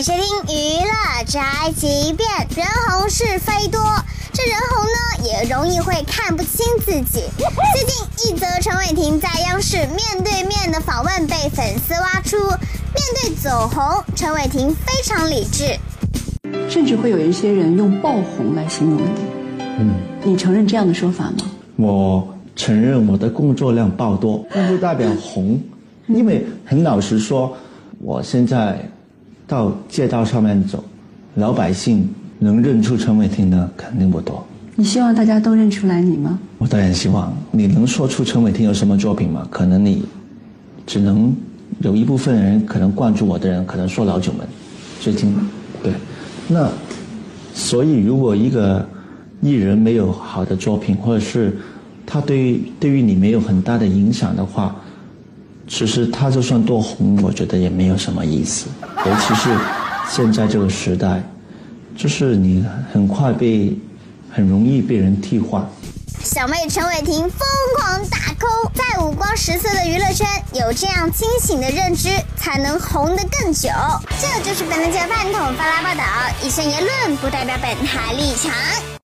迎收听娱乐宅急便。人红是非多，这人红呢也容易会看不清自己。最近一则陈伟霆在央视面对面的访问被粉丝挖出，面对走红，陈伟霆非常理智， 甚至会有一些人用爆红来形容你。你承认这样的说法吗？ 我承认我的工作量爆多，但不代表红，因为很老实说，我现在到街道上面走，老百姓能认出陈伟霆的肯定不多。 你希望大家都认出来你吗？ 我当然希望。你能说出陈伟霆有什么作品吗？可能你只能有一部分人可能关注我的人可能说老九门，最近对。那所以如果一个艺人没有好的作品，或者是他对于你没有很大的影响的话，其实他就算多红，我觉得也没有什么意思。尤其是现在这个时代，就是你很容易被人替换。 想为陈伟霆疯狂打 call， 在五光十色的娱乐圈有这样清醒的认知，才能红得更久。这就是本台饭桶发拉报道，以上言论不代表本台立场。